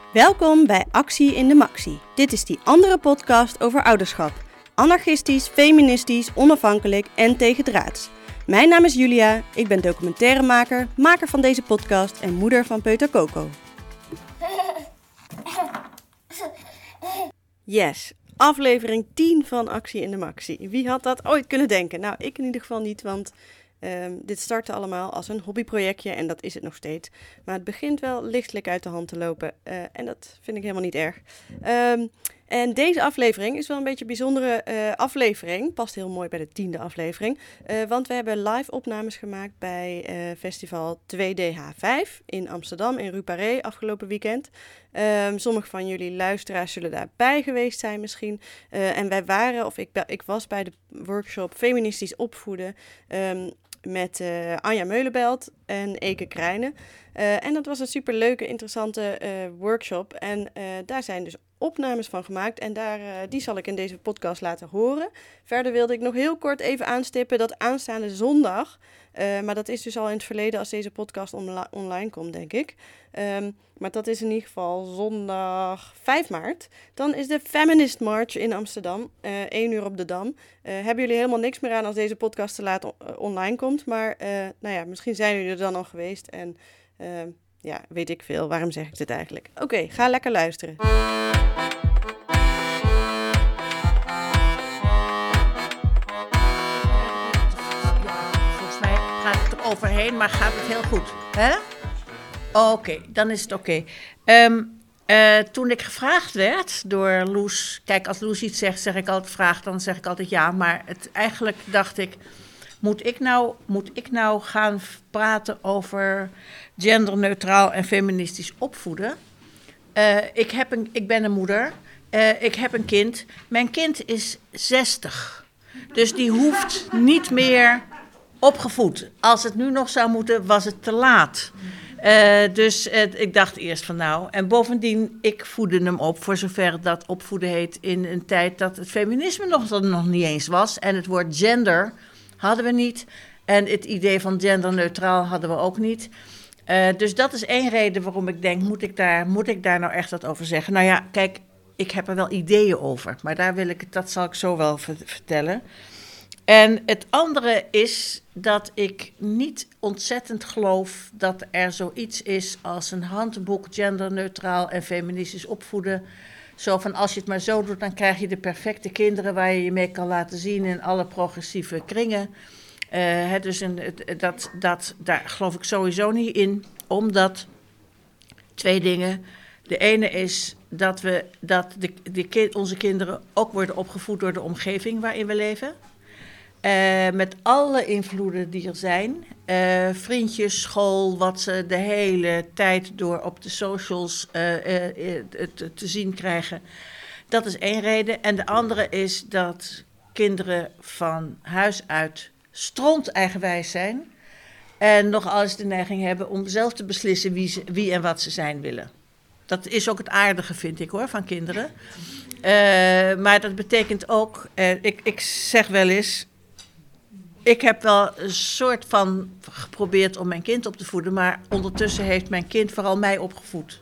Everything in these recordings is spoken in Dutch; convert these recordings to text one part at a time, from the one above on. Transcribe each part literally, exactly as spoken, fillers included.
Welkom bij Actie in de Maxi. Dit is die andere podcast over ouderschap. Anarchistisch, feministisch, onafhankelijk en tegendraads. Mijn naam is Julia, ik ben documentairemaker, maker van deze podcast en moeder van Peuter Coco. Yes, aflevering tien van Actie in de Maxi. Wie had dat ooit kunnen denken? Nou, ik in ieder geval niet, want um, dit startte allemaal als een hobbyprojectje en dat is het nog steeds. Maar het begint wel lichtelijk uit de hand te lopen uh, en dat vind ik helemaal niet erg. Um, En deze aflevering is wel een beetje een bijzondere uh, aflevering. Past heel mooi bij de tiende aflevering. Uh, want we hebben live opnames gemaakt bij uh, festival twee D H vijf in Amsterdam, in Rue Paré, afgelopen weekend. Um, sommige van jullie luisteraars zullen daarbij geweest zijn misschien. Uh, en wij waren, of ik, ik was bij de workshop Feministisch Opvoeden um, met uh, Anja Meulenbelt en Eke Krijnen. Uh, en dat was een superleuke, interessante uh, workshop. En uh, daar zijn dus opnames van gemaakt en daar, uh, die zal ik in deze podcast laten horen. Verder wilde ik nog heel kort even aanstippen dat aanstaande zondag, uh, maar dat is dus al in het verleden als deze podcast onla- online komt, denk ik. Um, maar dat is in ieder geval zondag vijf maart. Dan is de Feminist March in Amsterdam, uh, één uur op de Dam. Uh, hebben jullie helemaal niks meer aan als deze podcast te laat on- uh, online komt, maar uh, nou ja, misschien zijn jullie er dan al geweest en uh, ja, weet ik veel. Waarom zeg ik dit eigenlijk? Oké, okay, ga lekker luisteren. Overheen, maar gaat het heel goed, hè? Oké, okay, dan is het oké. Okay. Um, uh, toen ik gevraagd werd door Loes, kijk, als Loes iets zegt, zeg ik altijd vraag, dan zeg ik altijd ja, maar het, eigenlijk dacht ik, moet ik nou, moet ik nou gaan praten over genderneutraal en feministisch opvoeden? Uh, ik, heb een, ik ben een moeder, uh, ik heb een kind, mijn kind is zestig, dus die hoeft niet meer opgevoed. Als het nu nog zou moeten, was het te laat. Uh, dus uh, ik dacht eerst van nou... En bovendien, ik voedde hem op, voor zover dat opvoeden heet, in een tijd dat het feminisme nog, dat nog niet eens was. En het woord gender hadden we niet. En het idee van genderneutraal hadden we ook niet. Uh, dus dat is één reden waarom ik denk, moet ik, daar, moet ik daar nou echt wat over zeggen? Nou ja, kijk, ik heb er wel ideeën over. Maar daar wil ik, dat zal ik zo wel v- vertellen. En het andere is dat ik niet ontzettend geloof dat er zoiets is als een handboek genderneutraal en feministisch opvoeden. Zo van als je het maar zo doet, dan krijg je de perfecte kinderen waar je je mee kan laten zien in alle progressieve kringen. Uh, hè, dus een, dat, dat, daar geloof ik sowieso niet in, omdat twee dingen. De ene is dat, we, dat de, de, onze kinderen ook worden opgevoed door de omgeving waarin we leven. Uh, met alle invloeden die er zijn. Uh, vriendjes, school, wat ze de hele tijd door op de socials uh, uh, uh, te, te zien krijgen. Dat is één reden. En de andere is dat kinderen van huis uit stront eigenwijs zijn. En nogal eens de neiging hebben om zelf te beslissen wie, ze, wie en wat ze zijn willen. Dat is ook het aardige, vind ik hoor, van kinderen. Uh, maar dat betekent ook, uh, ik, ik zeg wel eens, ik heb wel een soort van geprobeerd om mijn kind op te voeden, maar ondertussen heeft mijn kind vooral mij opgevoed.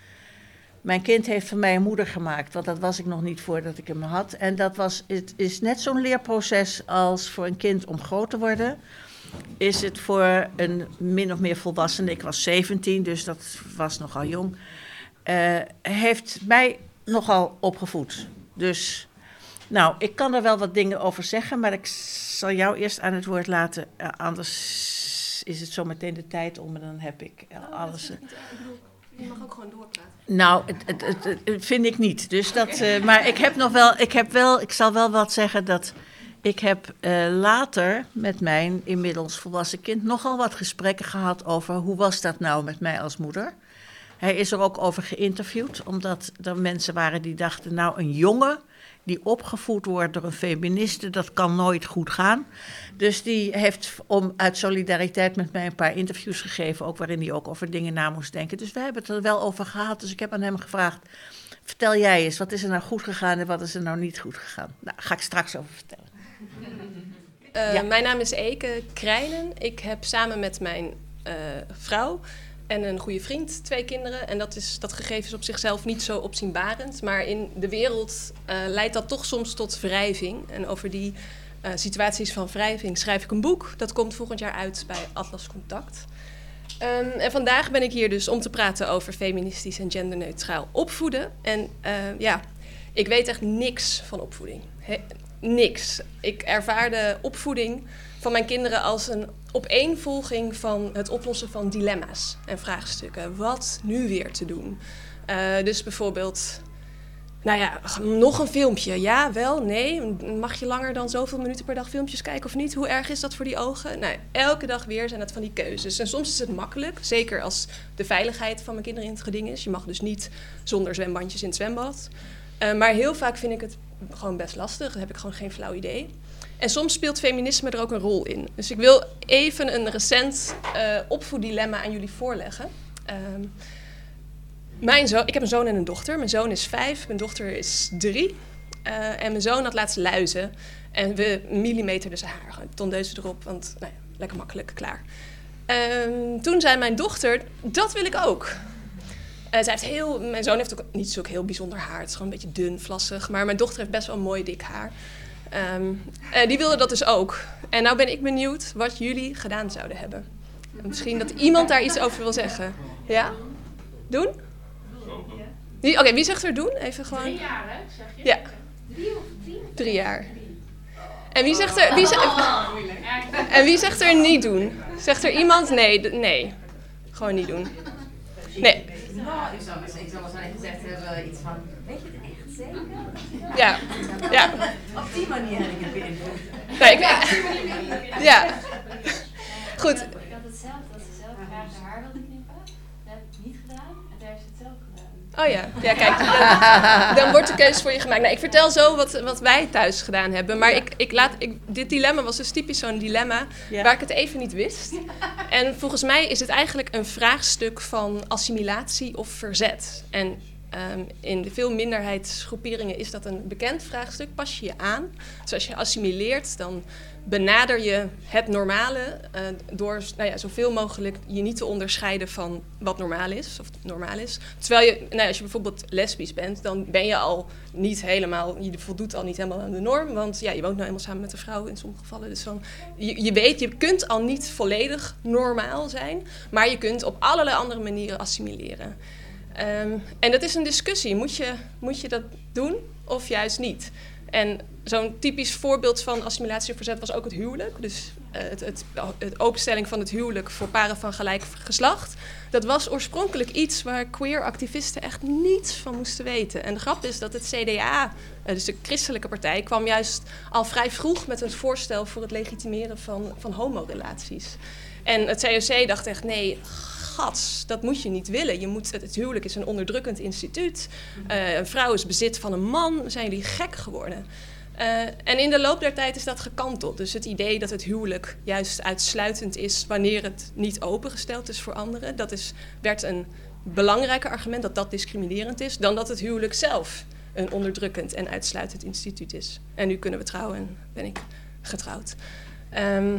Mijn kind heeft van mij een moeder gemaakt, want dat was ik nog niet voordat ik hem had. En dat was, het is net zo'n leerproces als voor een kind om groot te worden. Is het voor een min of meer volwassene, ik was zeventien, dus dat was nogal jong, uh, heeft mij nogal opgevoed. Dus, nou, ik kan er wel wat dingen over zeggen, maar ik zal jou eerst aan het woord laten. Uh, anders is het zo meteen de tijd om en dan heb ik uh, oh, alles. Uh, Je mag ook gewoon doorpraten. Nou, het, het, het, het, het vind ik niet. Dus dat, okay. uh, maar ik heb nog wel, ik heb wel, ik zal wel wat zeggen dat ik heb uh, later met mijn inmiddels volwassen kind nogal wat gesprekken gehad over hoe was dat nou met mij als moeder. Hij is er ook over geïnterviewd, omdat er mensen waren die dachten, nou een jongen die opgevoed wordt door een feministe, dat kan nooit goed gaan. Dus die heeft om, uit solidariteit met mij een paar interviews gegeven, ook waarin hij ook over dingen na moest denken. Dus we hebben het er wel over gehad. Dus ik heb aan hem gevraagd, vertel jij eens, wat is er nou goed gegaan en wat is er nou niet goed gegaan? Nou, ga ik straks over vertellen. Uh, ja. Mijn naam is Eke Krijnen. Ik heb samen met mijn uh, vrouw en een goede vriend, twee kinderen. En dat, is, dat gegeven is op zichzelf niet zo opzienbarend. Maar in de wereld uh, leidt dat toch soms tot wrijving. En over die uh, situaties van wrijving schrijf ik een boek. Dat komt volgend jaar uit bij Atlas Contact. Um, en vandaag ben ik hier dus om te praten over feministisch en genderneutraal opvoeden. En uh, ja, ik weet echt niks van opvoeding. He, niks. Ik ervaarde opvoeding van mijn kinderen als een opeenvolging van het oplossen van dilemma's en vraagstukken. Wat nu weer te doen? Uh, dus bijvoorbeeld, nou ja, nog een filmpje. Ja, wel, nee. Mag je langer dan zoveel minuten per dag filmpjes kijken of niet? Hoe erg is dat voor die ogen? Nou, elke dag weer zijn het van die keuzes. En soms is het makkelijk, zeker als de veiligheid van mijn kinderen in het geding is. Je mag dus niet zonder zwembandjes in het zwembad. Uh, maar heel vaak vind ik het gewoon best lastig. Dan heb ik gewoon geen flauw idee. En soms speelt feminisme er ook een rol in. Dus ik wil even een recent uh, opvoeddilemma aan jullie voorleggen. Um, mijn zoon, ik heb een zoon en een dochter. Mijn zoon is vijf, mijn dochter is drie. Uh, en mijn zoon had laatst luizen. En we millimeterden zijn haar. Tondeuzen erop, want nou ja, lekker makkelijk, klaar. Um, toen zei mijn dochter, dat wil ik ook. Uh, zij heeft heel, mijn zoon heeft ook niet zo heel bijzonder haar. Het is gewoon een beetje dun, vlassig. Maar mijn dochter heeft best wel mooi dik haar. Um, uh, die wilde dat dus ook. En nou ben ik benieuwd wat jullie gedaan zouden hebben. Misschien dat iemand daar iets over wil zeggen. Ja? Doen? Oké, okay, wie zegt er doen? Even gewoon. Drie jaar, hè, zeg je? Ja. Drie of tien? Drie jaar. En wie zegt er, wie zegt, en wie zegt er niet doen? Zegt er iemand? Nee, d- nee. Gewoon niet doen. Nee. Nou, ik zou, ik zou wel eens gezegd hebben iets van, weet je het echt zeker? Ja. Ja. Op die manier heb ik het beïnvloed. Nee, ik weet. Ja. Goed. Ik had hetzelfde, dat ze zelf graag haar haar wilde knippen. Dat heb ik niet gedaan en daar heeft ze het zelf gedaan. Oh ja, ja kijk, dan, dan wordt de keuze voor je gemaakt. Nou, ik vertel zo wat, wat wij thuis gedaan hebben. Maar ik, ik laat, ik, dit dilemma was dus typisch zo'n dilemma ja. waar ik het even niet wist. En volgens mij is het eigenlijk een vraagstuk van assimilatie of verzet. En um, in de veel minderheidsgroeperingen is dat een bekend vraagstuk. Pas je je aan. Dus als je assimileert, dan benader je het normale uh, door nou ja, zoveel mogelijk je niet te onderscheiden van wat normaal is, of normaal is. Terwijl je, nou ja, als je bijvoorbeeld lesbisch bent, dan ben je al niet helemaal, je voldoet al niet helemaal aan de norm, want ja, je woont nou helemaal samen met een vrouw in sommige gevallen. Dus dan, je, je weet, je kunt al niet volledig normaal zijn, maar je kunt op allerlei andere manieren assimileren. Um, en dat is een discussie. Moet je, moet je dat doen of juist niet? En zo'n typisch voorbeeld van assimilatie of verzet was ook het huwelijk. Dus uh, het, het, het openstelling van het huwelijk voor paren van gelijk geslacht. Dat was oorspronkelijk iets waar queer activisten echt niets van moesten weten. En de grap is dat het C D A, uh, dus de christelijke partij, kwam juist al vrij vroeg met een voorstel voor het legitimeren van, van homorelaties. En het C O C dacht echt, nee, gats, dat moet je niet willen. Je moet, het huwelijk is een onderdrukkend instituut. Uh, een vrouw is bezit van een man. Zijn jullie gek geworden? Uh, en in de loop der tijd is dat gekanteld. Dus het idee dat het huwelijk juist uitsluitend is wanneer het niet opengesteld is voor anderen, dat is, werd een belangrijker argument dat dat discriminerend is, dan dat het huwelijk zelf een onderdrukkend en uitsluitend instituut is. En nu kunnen we trouwen en ben ik getrouwd. Um,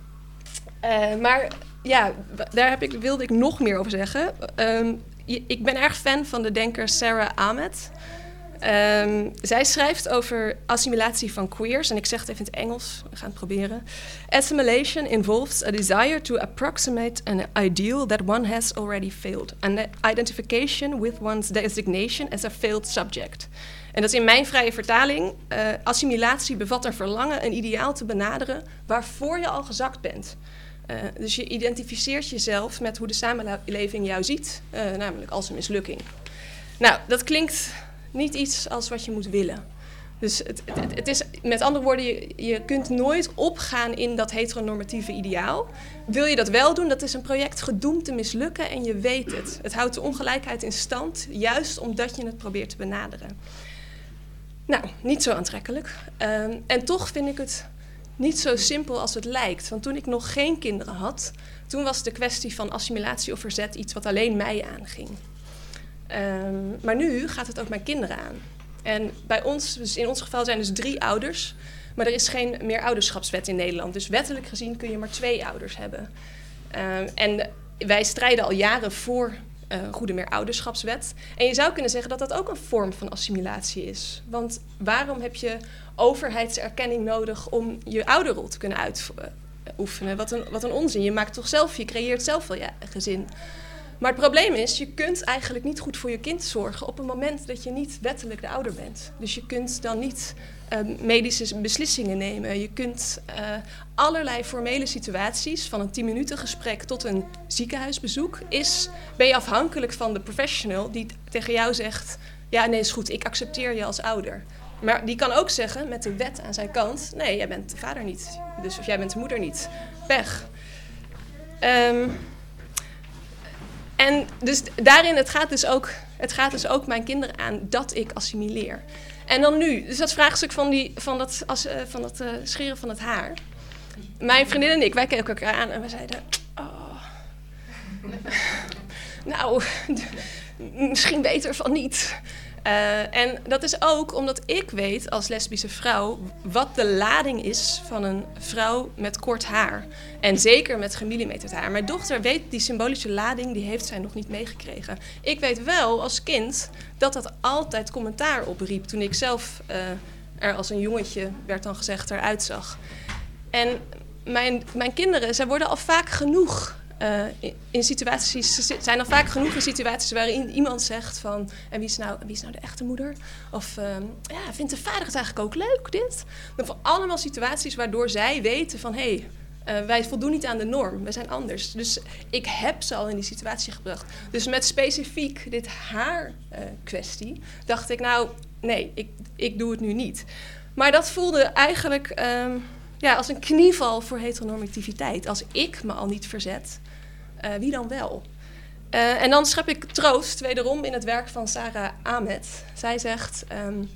uh, maar ja, daar heb ik, wilde ik nog meer over zeggen. Um, ik ben erg fan van de denker Sarah Ahmed. Um, zij schrijft over assimilatie van queers. En ik zeg het even in het Engels, we gaan het proberen. Assimilation involves a desire to approximate an ideal that one has already failed. An identification with one's designation as a failed subject. En dat is in mijn vrije vertaling. Uh, assimilatie bevat een verlangen, een ideaal te benaderen waarvoor je al gezakt bent. Uh, dus je identificeert jezelf met hoe de samenleving jou ziet, uh, namelijk als een mislukking. Nou, dat klinkt niet iets als wat je moet willen. Dus het, het, het is, met andere woorden, je, je kunt nooit opgaan in dat heteronormatieve ideaal. Wil je dat wel doen, dat is een project gedoemd te mislukken en je weet het. Het houdt de ongelijkheid in stand, juist omdat je het probeert te benaderen. Nou, niet zo aantrekkelijk. Um, en toch vind ik het niet zo simpel als het lijkt. Want toen ik nog geen kinderen had, toen was de kwestie van assimilatie of verzet iets wat alleen mij aanging. Um, maar nu gaat het ook mijn kinderen aan. En bij ons, dus in ons geval zijn dus drie ouders, maar er is geen meerouderschapswet in Nederland. Dus wettelijk gezien kun je maar twee ouders hebben. Um, en wij strijden al jaren voor uh, goede meerouderschapswet. En je zou kunnen zeggen dat dat ook een vorm van assimilatie is. Want waarom heb je overheidserkenning nodig om je ouderrol te kunnen uitoefenen? Wat een, wat een onzin. Je maakt toch zelf, je creëert zelf wel je gezin. Maar het probleem is, je kunt eigenlijk niet goed voor je kind zorgen op het moment dat je niet wettelijk de ouder bent. Dus je kunt dan niet uh, medische beslissingen nemen. Je kunt uh, allerlei formele situaties, van een tien minuten gesprek tot een ziekenhuisbezoek, is, ben je afhankelijk van de professional die tegen jou zegt, ja nee is goed, ik accepteer je als ouder. Maar die kan ook zeggen, met de wet aan zijn kant, nee, jij bent de vader niet. Dus of jij bent de moeder niet. Pech. Um, En dus daarin, het gaat dus, ook, het gaat dus ook mijn kinderen aan dat ik assimileer. En dan nu, dus dat vraagstuk van, die, van dat, as, uh, van dat uh, scheren van het haar. Mijn vriendin en ik, wij keken elkaar aan en we zeiden, oh, nou, misschien beter van niet. Uh, en dat is ook omdat ik weet als lesbische vrouw wat de lading is van een vrouw met kort haar. En zeker met gemillimeterd haar. Mijn dochter weet die symbolische lading, die heeft zij nog niet meegekregen. Ik weet wel als kind dat dat altijd commentaar opriep toen ik zelf uh, er als een jongetje, werd dan gezegd, eruit zag. En mijn, mijn kinderen, zij worden al vaak genoeg... Uh, in, in situaties, ze zijn al vaak genoeg in situaties waarin iemand zegt van, en wie is nou, wie is nou de echte moeder? Of uh, ja, vindt de vader het eigenlijk ook leuk, dit? Dan voor allemaal situaties waardoor zij weten van, hé, hey, uh, wij voldoen niet aan de norm, wij zijn anders. Dus ik heb ze al in die situatie gebracht. Dus met specifiek dit haar uh, kwestie, dacht ik, nou, nee, ik, ik doe het nu niet. Maar dat voelde eigenlijk... Um, Ja, als een knieval voor heteronormativiteit. Als ik me al niet verzet, uh, wie dan wel? Uh, en dan schep ik troost wederom in het werk van Sarah Ahmed. Zij zegt, um,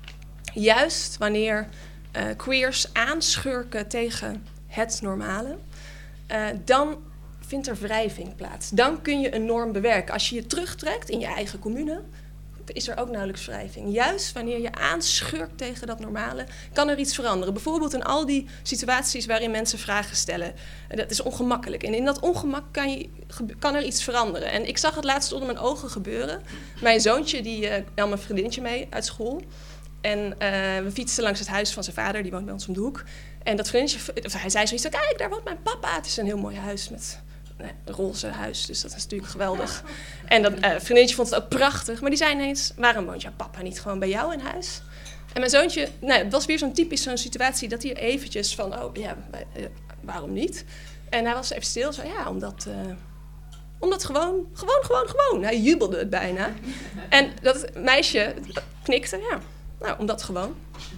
juist wanneer uh, queers aanschurken tegen het normale, uh, dan vindt er wrijving plaats. Dan kun je een norm bewerken. Als je je terugtrekt in je eigen commune, is er ook nauwelijks wrijving. Juist wanneer je aanschurkt tegen dat normale, kan er iets veranderen. Bijvoorbeeld in al die situaties waarin mensen vragen stellen. Dat is ongemakkelijk. En in dat ongemak kan, je, kan er iets veranderen. En ik zag het laatst onder mijn ogen gebeuren. Mijn zoontje die uh, nam een vriendinnetje mee uit school. En uh, we fietsten langs het huis van zijn vader, die woont bij ons om de hoek. En dat vriendinnetje, hij zei zoiets, kijk, daar woont mijn papa. Het is een heel mooi huis met... Nee, een roze huis, dus dat is natuurlijk geweldig. En dat uh, vriendinnetje vond het ook prachtig. Maar die zei ineens, waarom woont jouw papa niet gewoon bij jou in huis? En mijn zoontje, nou, het was weer zo'n typisch zo'n situatie... dat hij eventjes van, oh ja, uh, waarom niet? En hij was even stil, zo ja, omdat... Uh, omdat gewoon, gewoon, gewoon, gewoon. Hij jubelde het bijna. En dat meisje knikte, ja, nou, omdat gewoon.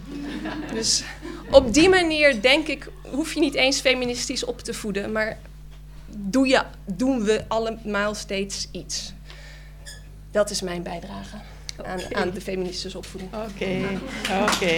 Dus op die manier, denk ik, hoef je niet eens feministisch op te voeden... maar Doe je, doen we allemaal steeds iets. Dat is mijn bijdrage aan, okay. aan de feministische opvoeding. Oké, okay. oké. Okay.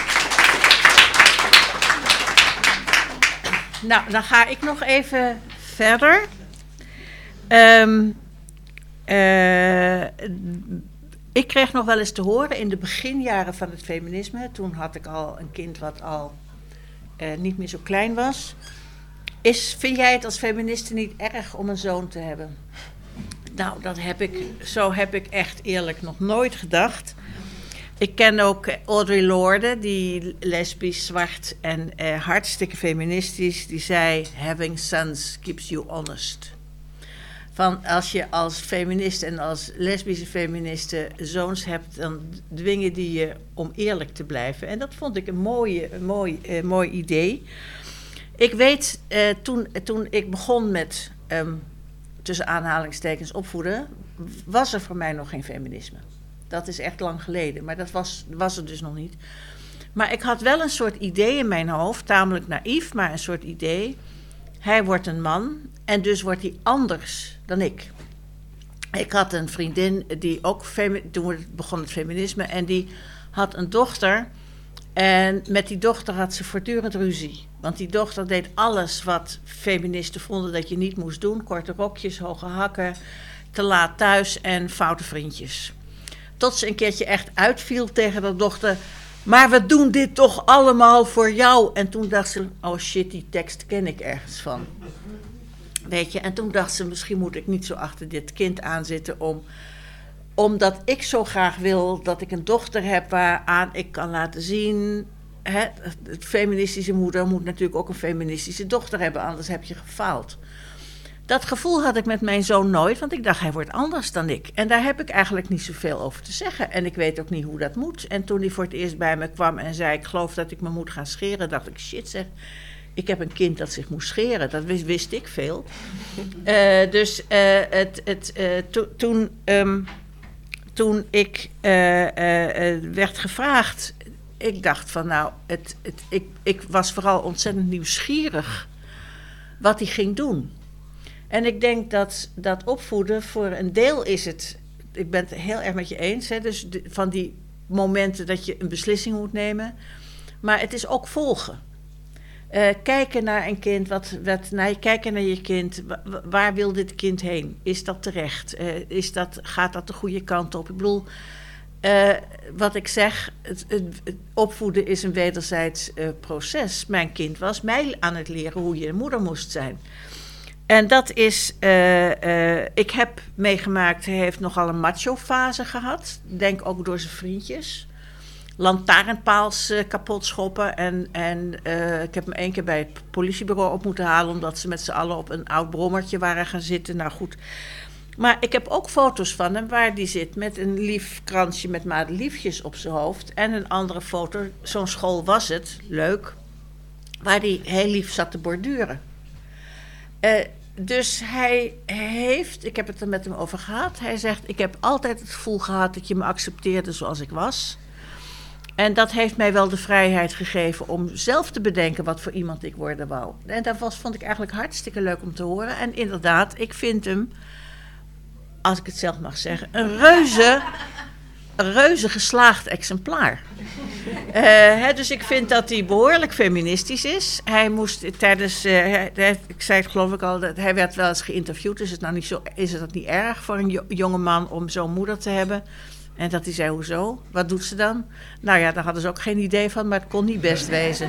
Nou, dan ga ik nog even verder. Um, uh, ik kreeg nog wel eens te horen in de beginjaren van het feminisme... toen had ik al een kind wat al uh, niet meer zo klein was... Is, vind jij het als feministe niet erg om een zoon te hebben? Nou, dat heb ik, zo heb ik echt eerlijk nog nooit gedacht. Ik ken ook Audre Lorde, die lesbisch, zwart en eh, hartstikke feministisch. Die zei, having sons keeps you honest. Van als je als feminist en als lesbische feministe zoons hebt... dan dwingen die je om eerlijk te blijven. En dat vond ik een, mooie, een mooi, uh, mooi idee... Ik weet, uh, toen, toen ik begon met, um, tussen aanhalingstekens, opvoeden... was er voor mij nog geen feminisme. Dat is echt lang geleden, maar dat was, was er dus nog niet. Maar ik had wel een soort idee in mijn hoofd, tamelijk naïef, maar een soort idee. Hij wordt een man en dus wordt hij anders dan ik. Ik had een vriendin die ook, femi- toen begon het feminisme... en die had een dochter... En met die dochter had ze voortdurend ruzie. Want die dochter deed alles wat feministen vonden dat je niet moest doen. Korte rokjes, hoge hakken, te laat thuis en foute vriendjes. Tot ze een keertje echt uitviel tegen haar dochter. Maar we doen dit toch allemaal voor jou? En toen dacht ze, oh shit, die tekst ken ik ergens van. Weet je, en toen dacht ze, misschien moet ik niet zo achter dit kind aanzitten om... Omdat ik zo graag wil dat ik een dochter heb waaraan ik kan laten zien... Hè, het feministische moeder moet natuurlijk ook een feministische dochter hebben, anders heb je gefaald. Dat gevoel had ik met mijn zoon nooit, want ik dacht, hij wordt anders dan ik. En daar heb ik eigenlijk niet zoveel over te zeggen. En ik weet ook niet hoe dat moet. En toen hij voor het eerst bij me kwam en zei, ik geloof dat ik me moet gaan scheren, dacht ik, shit zeg, ik heb een kind dat zich moest scheren. Dat wist, wist ik veel. uh, dus uh, het, het, uh, to, toen, um, toen ik uh, uh, uh, werd gevraagd, ik dacht van nou, het, het, ik, ik was vooral ontzettend nieuwsgierig wat hij ging doen. En ik denk dat dat opvoeden voor een deel is het, ik ben het heel erg met je eens, hè, dus de, van die momenten dat je een beslissing moet nemen. Maar het is ook volgen. Uh, kijken naar een kind, wat, wat, naar, kijken naar je kind, wa, waar wil dit kind heen? Is dat terecht? Uh, is dat, gaat dat de goede kant op? Ik bedoel, uh, wat ik zeg, het, het, het opvoeden is een wederzijds uh, proces. Mijn kind was mij aan het leren hoe je een moeder moest zijn. En dat is, uh, uh, ik heb meegemaakt, hij heeft nogal een macho-fase gehad. Denk ook door zijn vriendjes. Lantaarnpaals uh, kapot schoppen. En, en uh, ik heb hem één keer bij het politiebureau op moeten halen, omdat ze met z'n allen op een oud brommertje waren gaan zitten. Nou goed. Maar ik heb ook foto's van hem waar die zit met een lief kransje met madeliefjes op zijn hoofd. En een andere foto, zo'n school was het, leuk, waar hij heel lief zat te borduren. Uh, dus hij heeft, ik heb het er met hem over gehad, hij zegt, ik heb altijd het gevoel gehad dat je me accepteerde zoals ik was. En dat heeft mij wel de vrijheid gegeven om zelf te bedenken wat voor iemand ik worden wou. En dat was, vond ik eigenlijk hartstikke leuk om te horen. En inderdaad, ik vind hem, als ik het zelf mag zeggen, een reuze, een reuze geslaagd exemplaar. Uh, hè, dus ik vind dat hij behoorlijk feministisch is. Hij moest tijdens, uh, hij, hij, ik zei het geloof ik al, dat hij werd wel eens geïnterviewd. Dus is het nou niet zo, is het niet erg voor een jo- jonge man om zo'n moeder te hebben? En dat hij zei, hoezo? Wat doet ze dan? Nou ja, daar hadden ze ook geen idee van, maar het kon niet best wezen.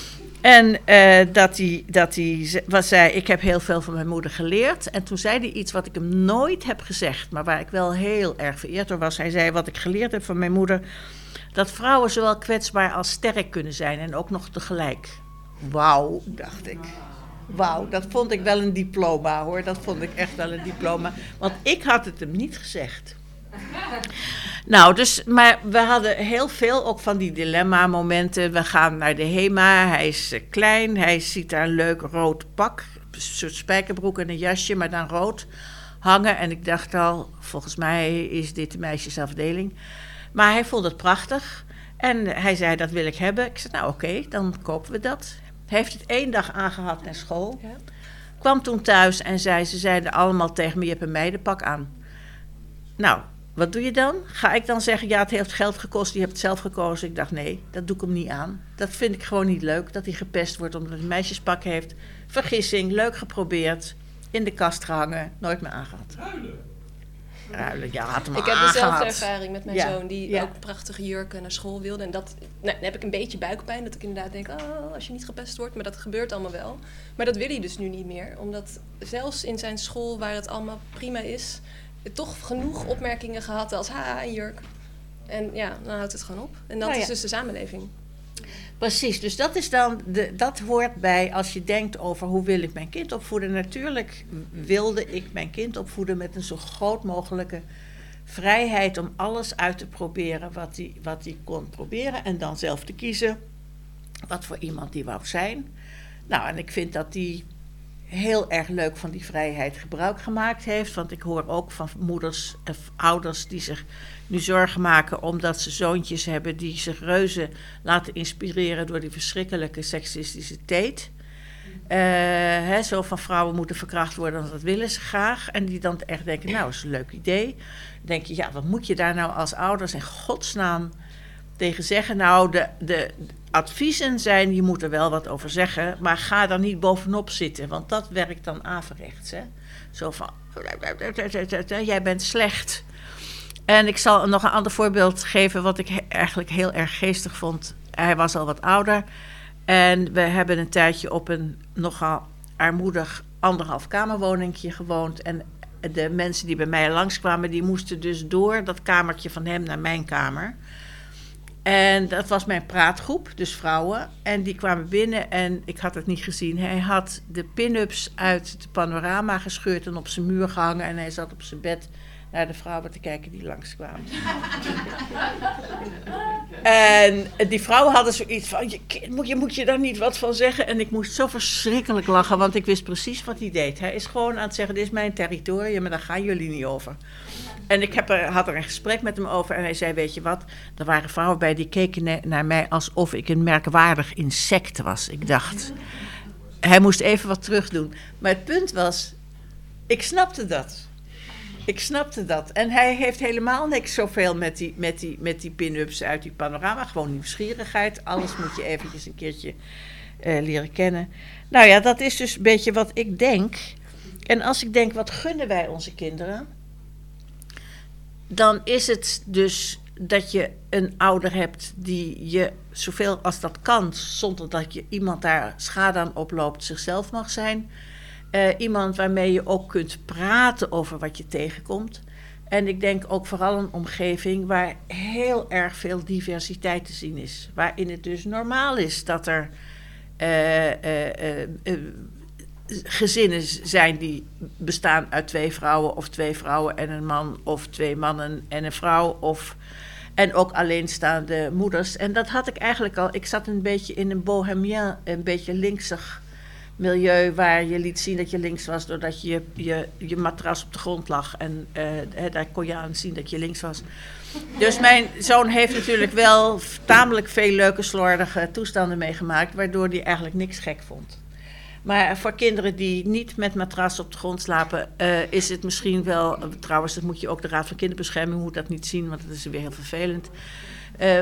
En uh, dat hij, dat hij wat zei, ik heb heel veel van mijn moeder geleerd. En toen zei hij iets wat ik hem nooit heb gezegd, maar waar ik wel heel erg vereerd door was. Hij zei, wat ik geleerd heb van mijn moeder, dat vrouwen zowel kwetsbaar als sterk kunnen zijn en ook nog tegelijk. Wauw, dacht ik. Wauw, dat vond ik wel een diploma hoor, dat vond ik echt wel een diploma. Want ik had het hem niet gezegd. Nou, dus, maar we hadden heel veel ook van die dilemma-momenten. We gaan naar de HEMA, hij is uh, klein, hij ziet daar een leuk rood pak, een soort spijkerbroek en een jasje, maar dan rood hangen. En ik dacht al, volgens mij is dit de meisjesafdeling. Maar hij vond het prachtig en hij zei, dat wil ik hebben. Ik zei, nou oké, okay, dan kopen we dat. Hij heeft het één dag aangehad naar school. Ja. Kwam toen thuis en zei, ze zeiden allemaal tegen me, je hebt een meidenpak aan. Nou, wat doe je dan? Ga ik dan zeggen, ja, het heeft geld gekost, je hebt het zelf gekozen. Ik dacht, nee, dat doe ik hem niet aan. Dat vind ik gewoon niet leuk, dat hij gepest wordt omdat hij een meisjespak heeft. Vergissing, leuk geprobeerd, in de kast gehangen, nooit meer aangehad. Huilen? Huilen, ja, had hem Ik heb aangehad. dezelfde ervaring met mijn ja. zoon, die ja. ook prachtige jurken naar school wilde. En dat, nou, dan heb ik een beetje buikpijn, dat ik inderdaad denk, oh, als je niet gepest wordt. Maar dat gebeurt allemaal wel. Maar dat wil hij dus nu niet meer, omdat zelfs in zijn school, waar het allemaal prima is, toch genoeg opmerkingen gehad als haha, een jurk. En ja, dan houdt het gewoon op. En dat nou ja. is dus de samenleving. Precies, dus dat is dan de, dat hoort bij als je denkt over hoe wil ik mijn kind opvoeden. Natuurlijk wilde ik mijn kind opvoeden met een zo groot mogelijke vrijheid om alles uit te proberen wat hij wat hij kon proberen. En dan zelf te kiezen wat voor iemand die wou zijn. Nou, en ik vind dat die heel erg leuk van die vrijheid gebruik gemaakt heeft. Want ik hoor ook van moeders of ouders die zich nu zorgen maken omdat ze zoontjes hebben die zich reuze laten inspireren door die verschrikkelijke seksistische teet. Uh, hè, zo van vrouwen moeten verkracht worden, want dat willen ze graag. En die dan echt denken, nou, dat is een leuk idee. Dan denk je, ja, wat moet je daar nou als ouders in godsnaam tegen zeggen? Nou, de, de adviezen zijn, je moet er wel wat over zeggen, maar ga er niet bovenop zitten, want dat werkt dan averechts. Hè? Zo van, jij bent slecht. En ik zal nog een ander voorbeeld geven wat ik eigenlijk heel erg geestig vond. Hij was al wat ouder en we hebben een tijdje op een nogal armoedig anderhalf kamerwoningje gewoond. En de mensen die bij mij langskwamen, die moesten dus door dat kamertje van hem naar mijn kamer. En dat was mijn praatgroep, dus vrouwen. En die kwamen binnen en ik had het niet gezien. Hij had de pin-ups uit het panorama gescheurd en op zijn muur gehangen. En hij zat op zijn bed naar de vrouwen te kijken die langskwamen. En die vrouwen hadden zoiets van, je, kind, je moet je daar niet wat van zeggen. En ik moest zo verschrikkelijk lachen, want ik wist precies wat hij deed. Hij is gewoon aan het zeggen, dit is mijn territorium, maar daar gaan jullie niet over. En ik heb er, had er een gesprek met hem over en hij zei, weet je wat, er waren vrouwen bij die keken naar mij alsof ik een merkwaardig insect was. Ik dacht, hij moest even wat terug doen. Maar het punt was, ik snapte dat. Ik snapte dat. En hij heeft helemaal niks zoveel met die, met die, met die pin-ups uit die panorama. Gewoon nieuwsgierigheid. Alles moet je eventjes een keertje uh, leren kennen. Nou ja, dat is dus een beetje wat ik denk. En als ik denk, wat gunnen wij onze kinderen? Dan is het dus dat je een ouder hebt die je zoveel als dat kan, zonder dat je iemand daar schade aan oploopt, zichzelf mag zijn. Uh, iemand waarmee je ook kunt praten over wat je tegenkomt. En ik denk ook vooral een omgeving waar heel erg veel diversiteit te zien is. Waarin het dus normaal is dat er uh, uh, uh, uh, gezinnen zijn die bestaan uit twee vrouwen of twee vrouwen en een man of twee mannen en een vrouw of en ook alleenstaande moeders. En dat had ik eigenlijk al. Ik zat een beetje in een bohemien, een beetje linksig milieu waar je liet zien dat je links was doordat je je, je matras op de grond lag en uh, daar kon je aan zien dat je links was. Dus mijn zoon heeft natuurlijk wel tamelijk veel leuke slordige toestanden meegemaakt, waardoor hij eigenlijk niks gek vond. Maar voor kinderen die niet met matras op de grond slapen, uh, is het misschien wel, uh, trouwens dat moet je ook de Raad van Kinderbescherming moet dat niet zien, want dat is weer heel vervelend. Uh,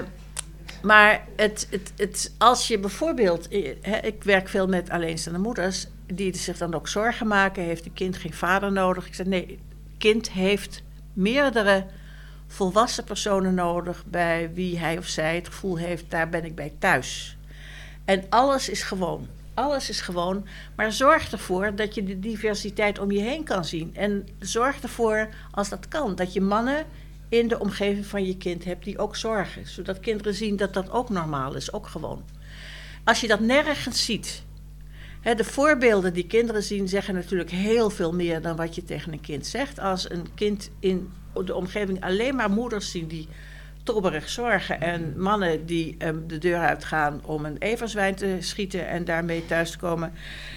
Maar het, het, het, als je bijvoorbeeld, hè, ik werk veel met alleenstaande moeders, die zich dan ook zorgen maken, heeft een kind geen vader nodig? Ik zeg nee, het kind heeft meerdere volwassen personen nodig bij wie hij of zij het gevoel heeft, daar ben ik bij thuis. En alles is gewoon, alles is gewoon, maar zorg ervoor dat je de diversiteit om je heen kan zien. En zorg ervoor, als dat kan, dat je mannen in de omgeving van je kind hebt die ook zorgen. Zodat kinderen zien dat dat ook normaal is, ook gewoon. Als je dat nergens ziet. Hè, de voorbeelden die kinderen zien zeggen natuurlijk heel veel meer dan wat je tegen een kind zegt. Als een kind in de omgeving alleen maar moeders zien die tobberig zorgen en mannen die um, de deur uitgaan om een everzwijn te schieten en daarmee thuis te komen,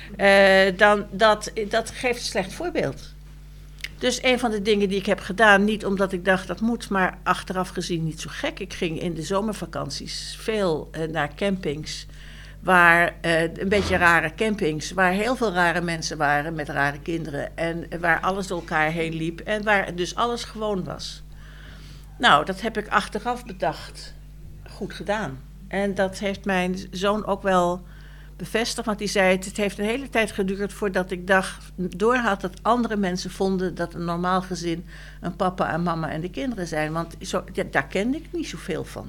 uh, dan dat, dat geeft een slecht voorbeeld. Dus een van de dingen die ik heb gedaan, niet omdat ik dacht dat moet, maar achteraf gezien niet zo gek. Ik ging in de zomervakanties veel uh, naar campings, waar uh, een beetje rare campings, waar heel veel rare mensen waren met rare kinderen en uh, waar alles door elkaar heen liep en waar dus alles gewoon was. Nou, dat heb ik achteraf bedacht. Goed gedaan. En dat heeft mijn zoon ook wel bevestigd, want die zei het, het heeft een hele tijd geduurd voordat ik dacht, doorhad dat andere mensen vonden dat een normaal gezin een papa en mama en de kinderen zijn. Want zo, ja, daar kende ik niet zoveel van.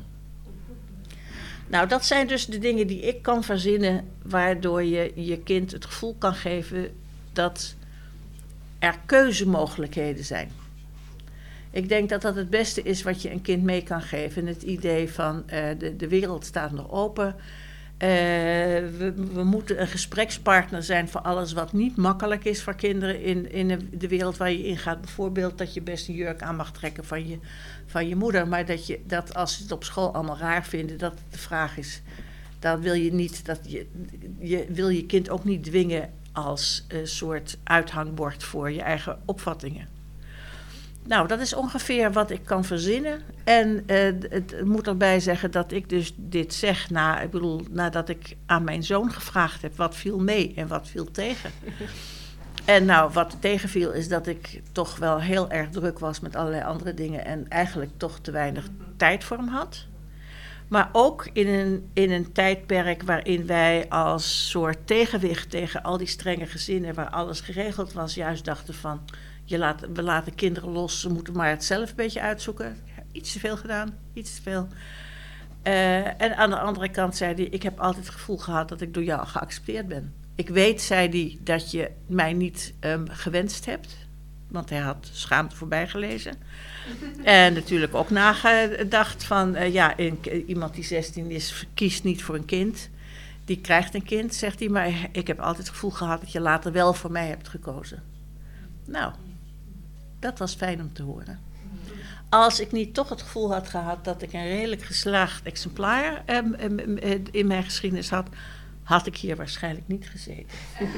Nou, dat zijn dus de dingen die ik kan verzinnen, waardoor je je kind het gevoel kan geven dat er keuzemogelijkheden zijn. Ik denk dat dat het beste is wat je een kind mee kan geven. Het idee van uh, de, de wereld staat nog open. Uh, we, we moeten een gesprekspartner zijn voor alles wat niet makkelijk is voor kinderen in, in de wereld waar je in gaat. Bijvoorbeeld dat je best een jurk aan mag trekken van je, van je moeder. Maar dat, je, dat als ze het op school allemaal raar vinden, dat het de vraag is. Dan wil je niet, dat je, je wil je kind ook niet dwingen als een soort uithangbord voor je eigen opvattingen. Nou, dat is ongeveer wat ik kan verzinnen. En uh, het moet erbij zeggen dat ik dus dit zeg, na, ik bedoel, nadat ik aan mijn zoon gevraagd heb wat viel mee en wat viel tegen. En nou, wat tegenviel is dat ik toch wel heel erg druk was met allerlei andere dingen en eigenlijk toch te weinig tijd voor hem had. Maar ook in een, in een tijdperk waarin wij als soort tegenwicht tegen al die strenge gezinnen waar alles geregeld was, juist dachten van, je laat, we laten kinderen los, ze moeten maar het zelf een beetje uitzoeken. Iets te veel gedaan, iets te veel. Uh, en aan de andere kant zei hij, ik heb altijd het gevoel gehad dat ik door jou geaccepteerd ben. ik weet, zei hij, dat je mij niet um, gewenst hebt. Want hij had schaamte voorbij gelezen. En natuurlijk ook nagedacht van, uh, ja, een, iemand die zestien is, kiest niet voor een kind. Die krijgt een kind, zegt hij, maar ik heb altijd het gevoel gehad dat je later wel voor mij hebt gekozen. Nou, dat was fijn om te horen. Als ik niet toch het gevoel had gehad dat ik een redelijk geslaagd exemplaar um, um, um, in mijn geschiedenis had, had ik hier waarschijnlijk niet gezeten.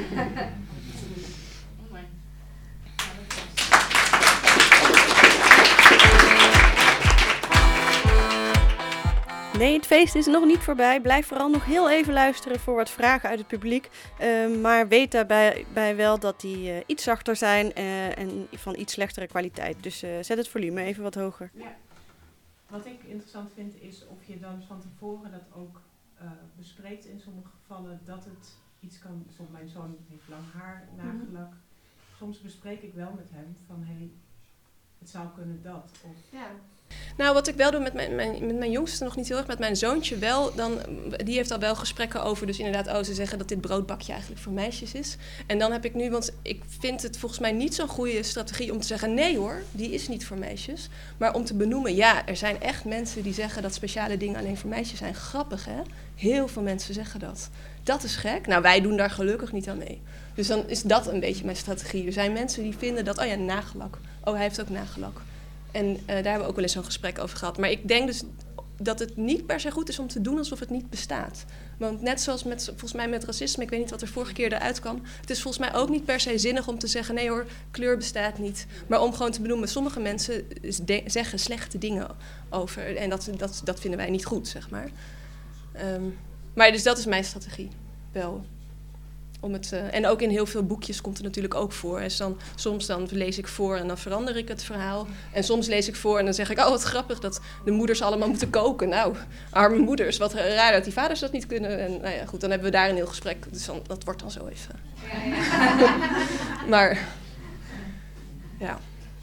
Nee, het feest is nog niet voorbij. Blijf vooral nog heel even luisteren voor wat vragen uit het publiek. Uh, maar weet daarbij bij wel dat die uh, iets zachter zijn uh, en van iets slechtere kwaliteit. Dus uh, zet het volume even wat hoger. Ja. Wat ik interessant vind is of je dan van tevoren dat ook uh, bespreekt in sommige gevallen. Dat het iets kan, soms mijn zoon heeft lang haar, nagellak. Soms bespreek ik wel met hem van hé, hey, het zou kunnen dat. Of, ja. Nou, wat ik wel doe met mijn, mijn, met mijn jongste nog niet heel erg, met mijn zoontje wel, dan, die heeft al wel gesprekken over, dus inderdaad, oh, ze zeggen dat dit broodbakje eigenlijk voor meisjes is. En dan heb ik nu, want ik vind het volgens mij niet zo'n goede strategie om te zeggen, nee hoor, die is niet voor meisjes. Maar om te benoemen, ja, er zijn echt mensen die zeggen dat speciale dingen alleen voor meisjes zijn. Grappig, hè? Heel veel mensen zeggen dat. Dat is gek. Nou, wij doen daar gelukkig niet aan mee. Dus dan is dat een beetje mijn strategie. Er zijn mensen die vinden dat, oh ja, nagellak. Oh, hij heeft ook nagellak. En uh, daar hebben we ook wel eens zo'n gesprek over gehad. Maar ik denk dus dat het niet per se goed is om te doen alsof het niet bestaat. Want net zoals met, volgens mij met racisme, ik weet niet wat er vorige keer eruit kwam. Het is volgens mij ook niet per se zinnig om te zeggen, nee hoor, kleur bestaat niet. Maar om gewoon te benoemen, sommige mensen de- zeggen slechte dingen over. En dat, dat, dat vinden wij niet goed, zeg maar. Um, maar dus dat is mijn strategie, wel. Om het, uh, en ook in heel veel boekjes komt het natuurlijk ook voor. Dus dan, soms dan lees ik voor en dan verander ik het verhaal. En soms lees ik voor en dan zeg ik, oh wat grappig dat de moeders allemaal moeten koken. Nou, arme moeders, wat raar dat die vaders dat niet kunnen. En nou ja, goed, dan hebben we daar een heel gesprek. Dus dan, dat wordt dan zo even. Ja, ja. Maar, ja.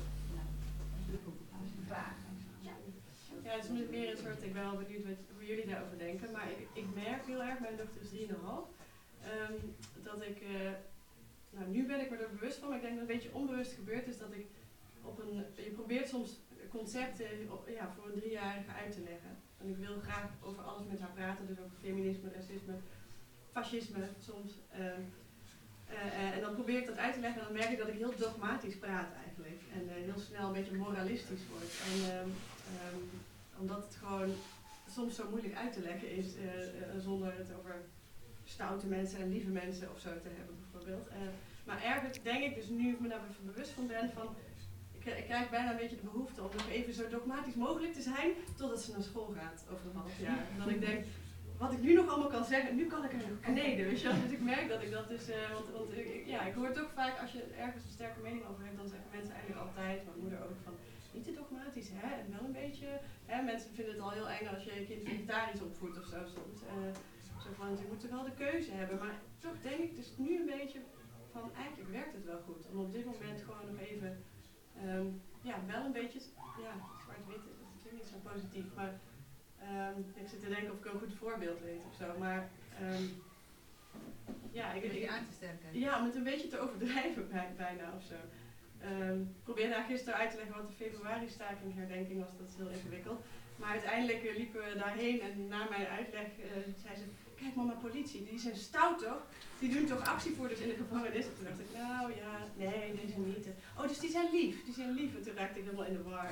Ja, het is meer een soort, ik ben wel benieuwd wat, hoe jullie daarover denken. Maar ik, ik merk heel erg, mijn dochter is drie en een half. Um, dat ik, uh, nou nu ben ik me er bewust van, maar ik denk dat het een beetje onbewust gebeurd is dat ik op een, je probeert soms concepten ja, voor een driejarige uit te leggen. En ik wil graag over alles met haar praten, dus over feminisme, racisme, fascisme soms. Um, uh, uh, en dan probeer ik dat uit te leggen en dan merk ik dat ik heel dogmatisch praat eigenlijk. En uh, heel snel een beetje moralistisch word. En um, um, omdat het gewoon soms zo moeilijk uit te leggen is uh, uh, zonder het over stoute mensen en lieve mensen of zo te hebben bijvoorbeeld. Uh, maar ergens denk ik dus nu ik me daar even bewust van ben van, ik, ik krijg bijna een beetje de behoefte om nog even zo dogmatisch mogelijk te zijn totdat ze naar school gaat over een half jaar. En dat ik denk, wat ik nu nog allemaal kan zeggen, nu kan ik er nog kneden, weet je wel. Dus ik merk dat ik dat dus, uh, want, want ik, ja, ik hoor toch vaak als je ergens een sterke mening over hebt, dan zeggen mensen eigenlijk altijd, mijn moeder ook, van niet te dogmatisch, hè, en wel een beetje, hè, mensen vinden het al heel eng als je je kind vegetarisch opvoedt of zo soms. Uh, Zo van, ze moeten wel de keuze hebben, maar toch denk ik dus nu een beetje van, eigenlijk werkt het wel goed. Om op dit moment gewoon nog even, um, ja, wel een beetje, ja, zwart-wit, dat is natuurlijk niet zo positief, maar um, ik zit te denken of ik een goed voorbeeld weet of zo, maar um, ja, ik, ik, aan te sterken. Ja, om het een beetje te overdrijven bij, bijna of zo. Um, ik probeerde daar gisteren uit te leggen wat de februari-stakingherdenking was, dat is heel ingewikkeld. Maar uiteindelijk uh, liepen we daarheen en na mijn uitleg uh, zei ze, kijk mama, politie, die zijn stout toch? Die doen toch actievoerders in de gevangenis? En toen dacht ik, nou ja, nee, deze niet. Oh, dus die zijn lief, die zijn lief. En toen raakte ik helemaal in de war.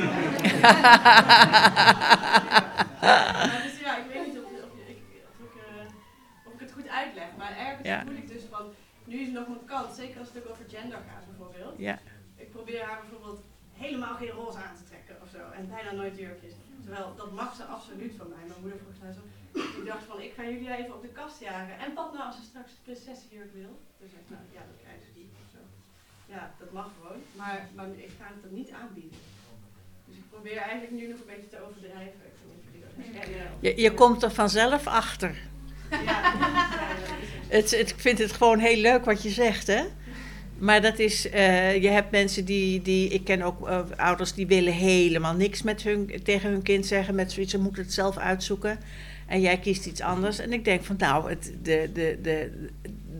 Ja, dus ja, ik weet niet of, of, of, of, ik, uh, of ik het goed uitleg, maar ergens ja. voel ik dus van, nu is er nog een kans, zeker als het ook over gender gaat bijvoorbeeld. Ja. Ik probeer haar bijvoorbeeld helemaal geen roze aan te trekken of zo, en bijna nooit jurkjes. Terwijl, dat mag ze absoluut van mij. Mijn moeder vroeg mij zo, ik dacht van, ik ga jullie even op de kast jagen. En wat nou als ze straks de prinsessenjurk wil? Toen zei ik, nou ja, dan krijgen ze die of zo. Ja, dat mag gewoon, maar, maar ik ga het er niet aanbieden. Dus ik probeer eigenlijk nu nog een beetje te overdrijven. Ik vind jullie dat herkennen. Je, je komt er vanzelf achter. Ja, ja, het, het, ik vind het gewoon heel leuk wat je zegt, hè? Maar dat is, uh, je hebt mensen die, die ik ken ook uh, ouders die willen helemaal niks met hun, tegen hun kind zeggen, met zoiets, ze moeten het zelf uitzoeken. En jij kiest iets anders. En ik denk van nou, het, de, de, de,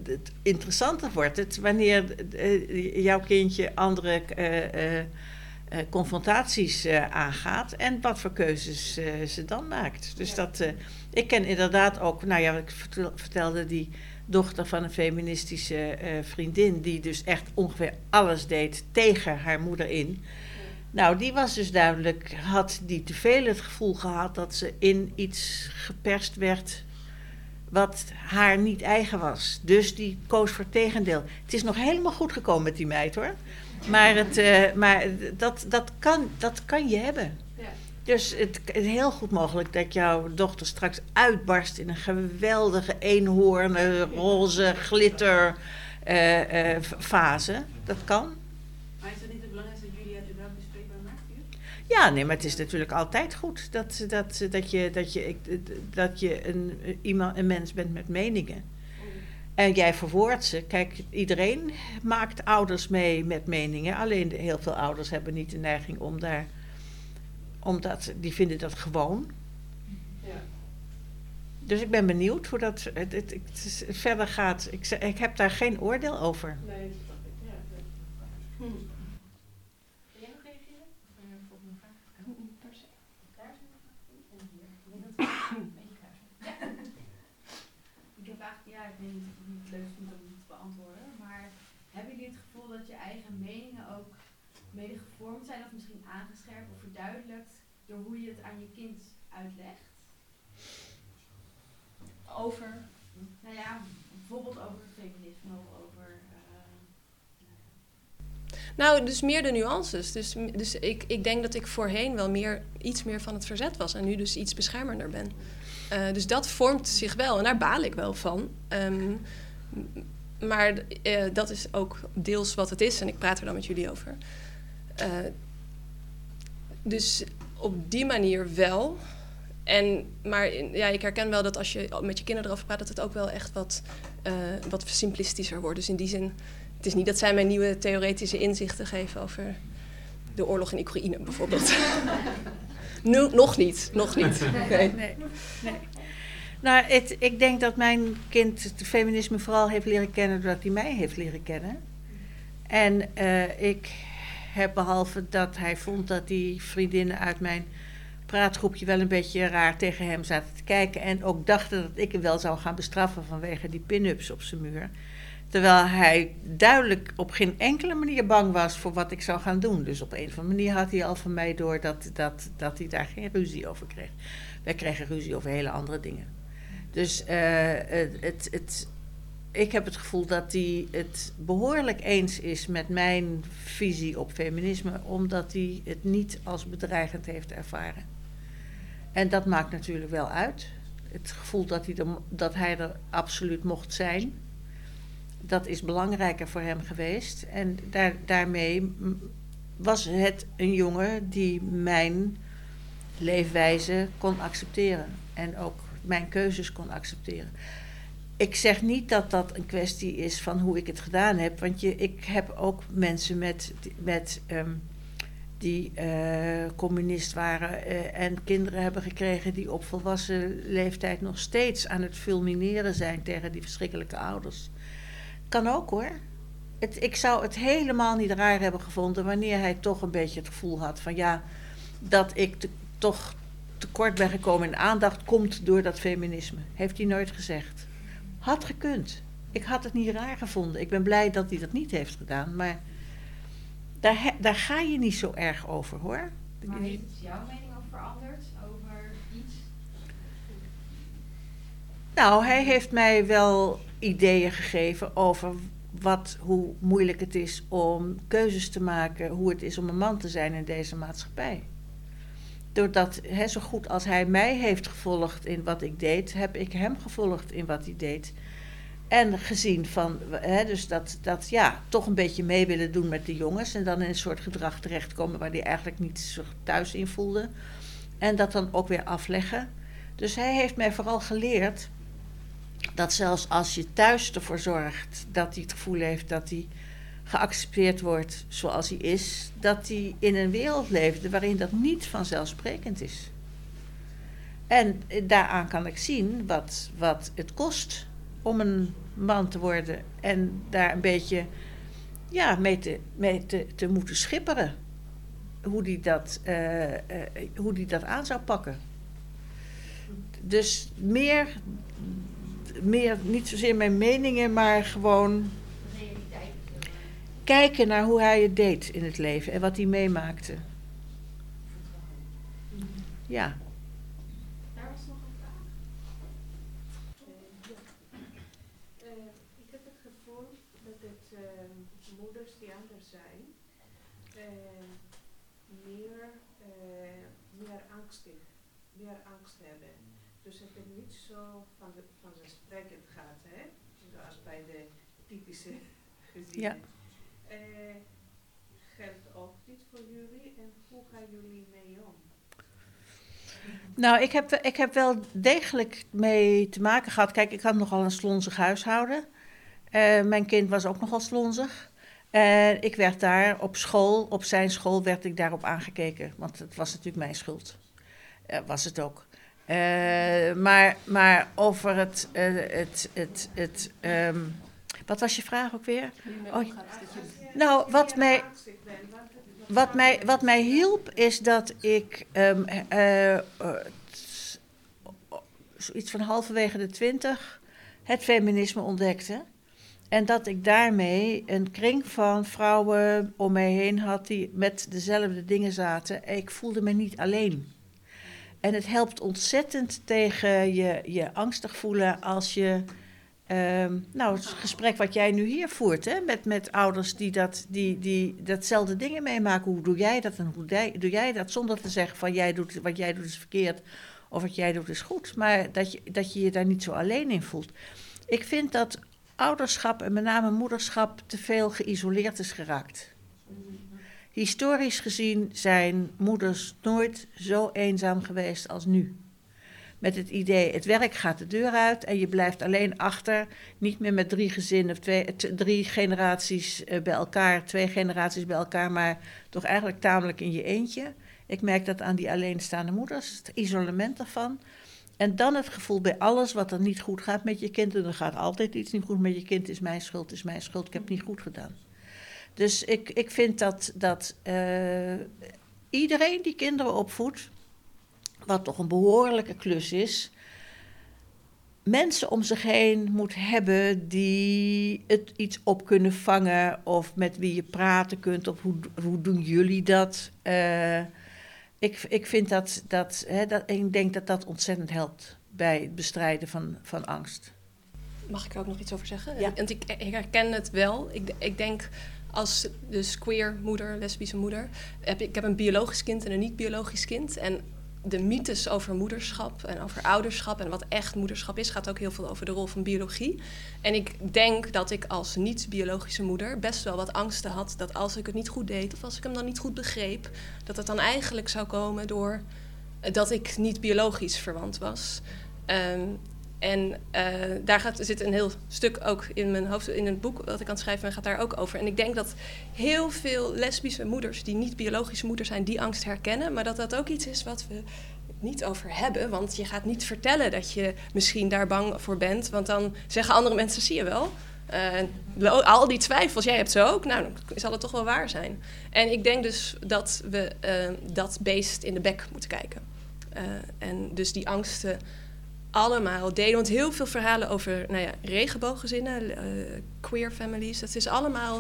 het interessanter wordt het wanneer uh, jouw kindje andere uh, uh, Uh, confrontaties uh, aangaat en wat voor keuzes uh, ze dan maakt. Dus ja. dat, uh, ik ken inderdaad ook, nou ja, ik vertel, vertelde die dochter van een feministische uh, vriendin, die dus echt ongeveer alles deed tegen haar moeder in. Ja. Nou, die was dus duidelijk, had die te veel het gevoel gehad dat ze in iets geperst werd wat haar niet eigen was. Dus die koos voor het tegendeel. Het is nog helemaal goed gekomen met die meid, hoor. Maar, het, uh, maar dat, dat, kan, dat kan je hebben. Ja. Dus het is heel goed mogelijk dat jouw dochter straks uitbarst in een geweldige eenhoorn, roze, glitter uh, uh, fase. Dat kan. Maar is het niet het belangrijkste dat jullie het überhaupt bespreekbaar maakt? Ja, nee, maar het is natuurlijk altijd goed dat, dat, dat je, dat je, dat je een, iemand, een mens bent met meningen. En jij verwoordt ze. Kijk, iedereen maakt ouders mee met meningen. Alleen de, heel veel ouders hebben niet de neiging om daar... Omdat die vinden dat gewoon. Ja. Dus ik ben benieuwd hoe dat het, het, het, het verder gaat. Ik, ik heb daar geen oordeel over. Nee, dat snap ik. Ja, nee. Hm. Wil jij nog reageren? Of uh, volgende vraag? Per se. Daar is nog en hier. Ik denk dat we een beetje klaar zijn. Ja. Ik heb eigenlijk, ja, ik weet niet of het leuk vindt om het te beantwoorden, maar hebben jullie het gevoel dat je eigen meningen ook mede gevormd zijn of misschien aangescherpt of verduidelijkt door hoe je het aan je kind uitlegt? Over? Nou ja, bijvoorbeeld over het feminisme of over... Uh, nou, dus meer de nuances. Dus, dus ik, ik denk dat ik voorheen wel meer, iets meer van het verzet was en nu dus iets beschermender ben. Uh, dus dat vormt zich wel en daar baal ik wel van. Um, maar uh, dat is ook deels wat het is en ik praat er dan met jullie over. Uh, dus op die manier wel. En, maar ja, ik herken wel dat als je met je kinderen erover praat, dat het ook wel echt wat, uh, wat simplistischer wordt. Dus in die zin, het is niet dat zij mij nieuwe theoretische inzichten geven over de oorlog in Oekraïne bijvoorbeeld. Nu, nog niet, nog niet. Nee, nee, nee. Nou, het, ik denk dat mijn kind het feminisme vooral heeft leren kennen doordat hij mij heeft leren kennen. En uh, ik heb, behalve dat hij vond dat die vriendinnen uit mijn praatgroepje wel een beetje raar tegen hem zaten te kijken en ook dachten dat ik hem wel zou gaan bestraffen vanwege die pin-ups op zijn muur. Terwijl hij duidelijk op geen enkele manier bang was voor wat ik zou gaan doen. Dus op een of andere manier had hij al van mij door dat, dat, dat hij daar geen ruzie over kreeg. Wij kregen ruzie over hele andere dingen. Dus uh, het, het, het, ik heb het gevoel dat hij het behoorlijk eens is met mijn visie op feminisme, omdat hij het niet als bedreigend heeft ervaren. En dat maakt natuurlijk wel uit. Het gevoel dat hij er, dat hij er absoluut mocht zijn, dat is belangrijker voor hem geweest. En daar, daarmee was het een jongen die mijn leefwijze kon accepteren. En ook mijn keuzes kon accepteren. Ik zeg niet dat dat een kwestie is van hoe ik het gedaan heb. Want je, ik heb ook mensen met, met, um, die uh, communist waren uh, en kinderen hebben gekregen die op volwassen leeftijd nog steeds aan het fulmineren zijn tegen die verschrikkelijke ouders. Kan ook, hoor. Het, ik zou het helemaal niet raar hebben gevonden wanneer hij toch een beetje het gevoel had van ja, dat ik te, toch tekort ben gekomen in aandacht komt door dat feminisme. Heeft hij nooit gezegd. Had gekund. Ik had het niet raar gevonden. Ik ben blij dat hij dat niet heeft gedaan, maar daar, he, daar ga je niet zo erg over, hoor. Maar heeft jouw mening ook veranderd over iets? Nou, hij heeft mij wel ideeën gegeven over wat, hoe moeilijk het is om keuzes te maken, hoe het is om een man te zijn in deze maatschappij. Doordat, he, zo goed als hij mij heeft gevolgd in wat ik deed, heb ik hem gevolgd in wat hij deed. En gezien van, he, dus dat, dat ja, toch een beetje mee willen doen met de jongens en dan in een soort gedrag terechtkomen waar hij eigenlijk niet zo thuis in voelde. En dat dan ook weer afleggen. Dus hij heeft mij vooral geleerd dat zelfs als je thuis ervoor zorgt dat hij het gevoel heeft dat hij geaccepteerd wordt zoals hij is, dat hij in een wereld leefde waarin dat niet vanzelfsprekend is. En daaraan kan ik zien wat, wat het kost om een man te worden en daar een beetje ja, mee, te, mee te, te moeten schipperen. Hoe die, dat, uh, uh, hoe die dat aan zou pakken. Dus meer, meer, niet zozeer mijn meningen, maar gewoon kijken naar hoe hij het deed in het leven en wat hij meemaakte. Ja. Daar was nog een vraag. Uh, ik heb het gevoel dat het uh, moeders die anders zijn, uh, meer, uh, meer angstig, meer angst hebben. Dus dat het niet zo van de, vanzelfsprekend gaat, hè? Zoals bij de typische gezinnen. Ja. Uh, geldt ook dit voor jullie en hoe gaan jullie mee om? Nou, ik heb, ik heb wel degelijk mee te maken gehad. Kijk, ik had nogal een slonzig huishouden. Uh, mijn kind was ook nogal slonzig. En ik werd daar op school, op zijn school, werd ik daarop aangekeken. Want het was natuurlijk mijn schuld. Uh, was het ook. Uh, maar, maar over het... Uh, het, het, het um, wat was je vraag ook weer? Oh, nou, wat mij... Wat mij, wat mij hielp is dat ik um, uh, uh, zoiets van halverwege de twintig het feminisme ontdekte. En dat ik daarmee een kring van vrouwen om mij heen had die met dezelfde dingen zaten. En ik voelde me niet alleen. En het helpt ontzettend tegen je, je angstig voelen als je... Um, nou, het gesprek wat jij nu hier voert, hè, met, met ouders die, dat, die, die datzelfde dingen meemaken. Hoe doe jij dat en hoe doe jij dat? Zonder te zeggen van jij doet, wat jij doet is verkeerd of wat jij doet is goed. Maar dat je, dat je je daar niet zo alleen in voelt. Ik vind dat ouderschap en met name moederschap te veel geïsoleerd is geraakt. Historisch gezien zijn moeders nooit zo eenzaam geweest als nu. Met het idee, het werk gaat de deur uit en je blijft alleen achter. Niet meer met drie gezinnen of twee, t- drie generaties uh, bij elkaar, twee generaties bij elkaar, maar toch eigenlijk tamelijk in je eentje. Ik merk dat aan die alleenstaande moeders, het isolement daarvan. En dan het gevoel bij alles wat er niet goed gaat met je kind. En er gaat altijd iets niet goed met je kind, is mijn schuld, is mijn schuld, ik heb het niet goed gedaan. Dus ik, ik vind dat, dat uh, iedereen die kinderen opvoedt, wat toch een behoorlijke klus is, mensen om zich heen moet hebben die het iets op kunnen vangen of met wie je praten kunt of hoe, hoe doen jullie dat. Uh, ik, ik vind dat, dat, hè, dat, ik denk dat dat ontzettend helpt bij het bestrijden van, van angst. Mag ik er ook nog iets over zeggen? Ja. Want ik, ik herken het wel. Ik, ik denk als dus queer moeder, lesbische moeder, heb ik, ik heb een biologisch kind en een niet-biologisch kind. En de mythes over moederschap en over ouderschap en wat echt moederschap is, gaat ook heel veel over de rol van biologie. En ik denk dat ik als niet-biologische moeder best wel wat angsten had dat als ik het niet goed deed of als ik hem dan niet goed begreep, dat het dan eigenlijk zou komen door dat ik niet biologisch verwant was. Um, En uh, daar gaat, zit een heel stuk ook in mijn hoofd, in het boek dat ik aan het schrijven ben, gaat daar ook over. En ik denk dat heel veel lesbische moeders die niet biologische moeders zijn, die angst herkennen. Maar dat dat ook iets is wat we niet over hebben. Want je gaat niet vertellen dat je misschien daar bang voor bent. Want dan zeggen andere mensen, zie je wel. Uh, al die twijfels, jij hebt ze ook. Nou, dan zal het toch wel waar zijn. En ik denk dus dat we uh, dat beest in de bek moeten kijken. Uh, en dus die angsten allemaal delen. Want heel veel verhalen over nou ja, regenbooggezinnen, uh, queer families, dat is allemaal...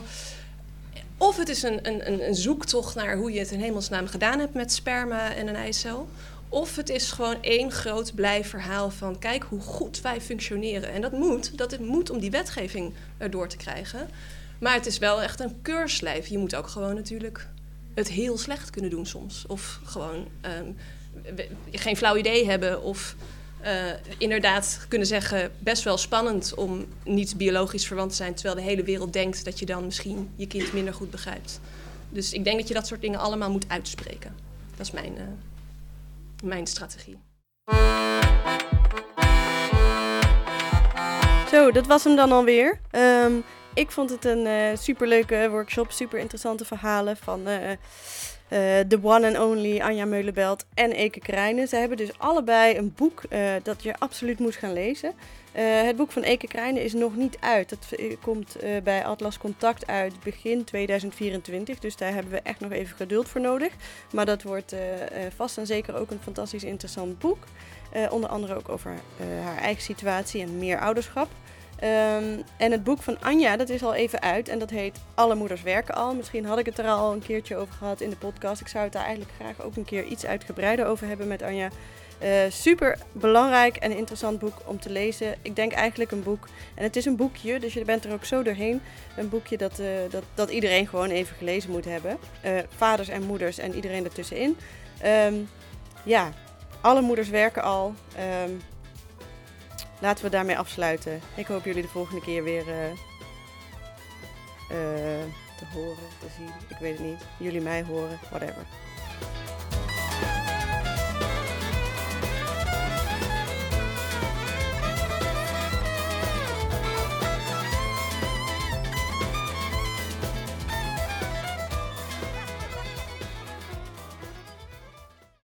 Of het is een, een, een zoektocht naar hoe je het in hemelsnaam gedaan hebt met sperma en een eicel. Of het is gewoon één groot blij verhaal van kijk hoe goed wij functioneren. En dat moet, dat het moet om die wetgeving erdoor te krijgen. Maar het is wel echt een keurslijf. Je moet ook gewoon natuurlijk het heel slecht kunnen doen soms. Of gewoon um, geen flauw idee hebben of... Uh, inderdaad kunnen zeggen, best wel spannend om niet biologisch verwant te zijn, terwijl de hele wereld denkt dat je dan misschien je kind minder goed begrijpt. Dus ik denk dat je dat soort dingen allemaal moet uitspreken. Dat is mijn, uh, mijn strategie. Zo, dat was hem dan alweer. Um, ik vond het een uh, superleuke workshop, super interessante verhalen van uh, uh, the one and only Anja Meulenbelt en Eke Krijnen. Ze hebben dus allebei een boek uh, dat je absoluut moet gaan lezen. Uh, het boek van Eke Krijnen is nog niet uit. Dat komt uh, bij Atlas Contact uit begin tweeduizend vierentwintig. Dus daar hebben we echt nog even geduld voor nodig. Maar dat wordt uh, uh, vast en zeker ook een fantastisch interessant boek. Uh, onder andere ook over uh, haar eigen situatie en meer ouderschap. Um, en het boek van Anja, dat is al even uit en dat heet Alle moeders werken al. Misschien had ik het er al een keertje over gehad in de podcast. Ik zou het daar eigenlijk graag ook een keer iets uitgebreider over hebben met Anja. Uh, super belangrijk en interessant boek om te lezen. Ik denk eigenlijk een boek, en het is een boekje, dus je bent er ook zo doorheen. Een boekje dat, uh, dat, dat iedereen gewoon even gelezen moet hebben. Uh, vaders en moeders en iedereen ertussenin. Um, ja, alle moeders werken al. Um, laten we daarmee afsluiten. Ik hoop jullie de volgende keer weer uh, uh, te horen, te zien. Ik weet het niet. Jullie mij horen, whatever.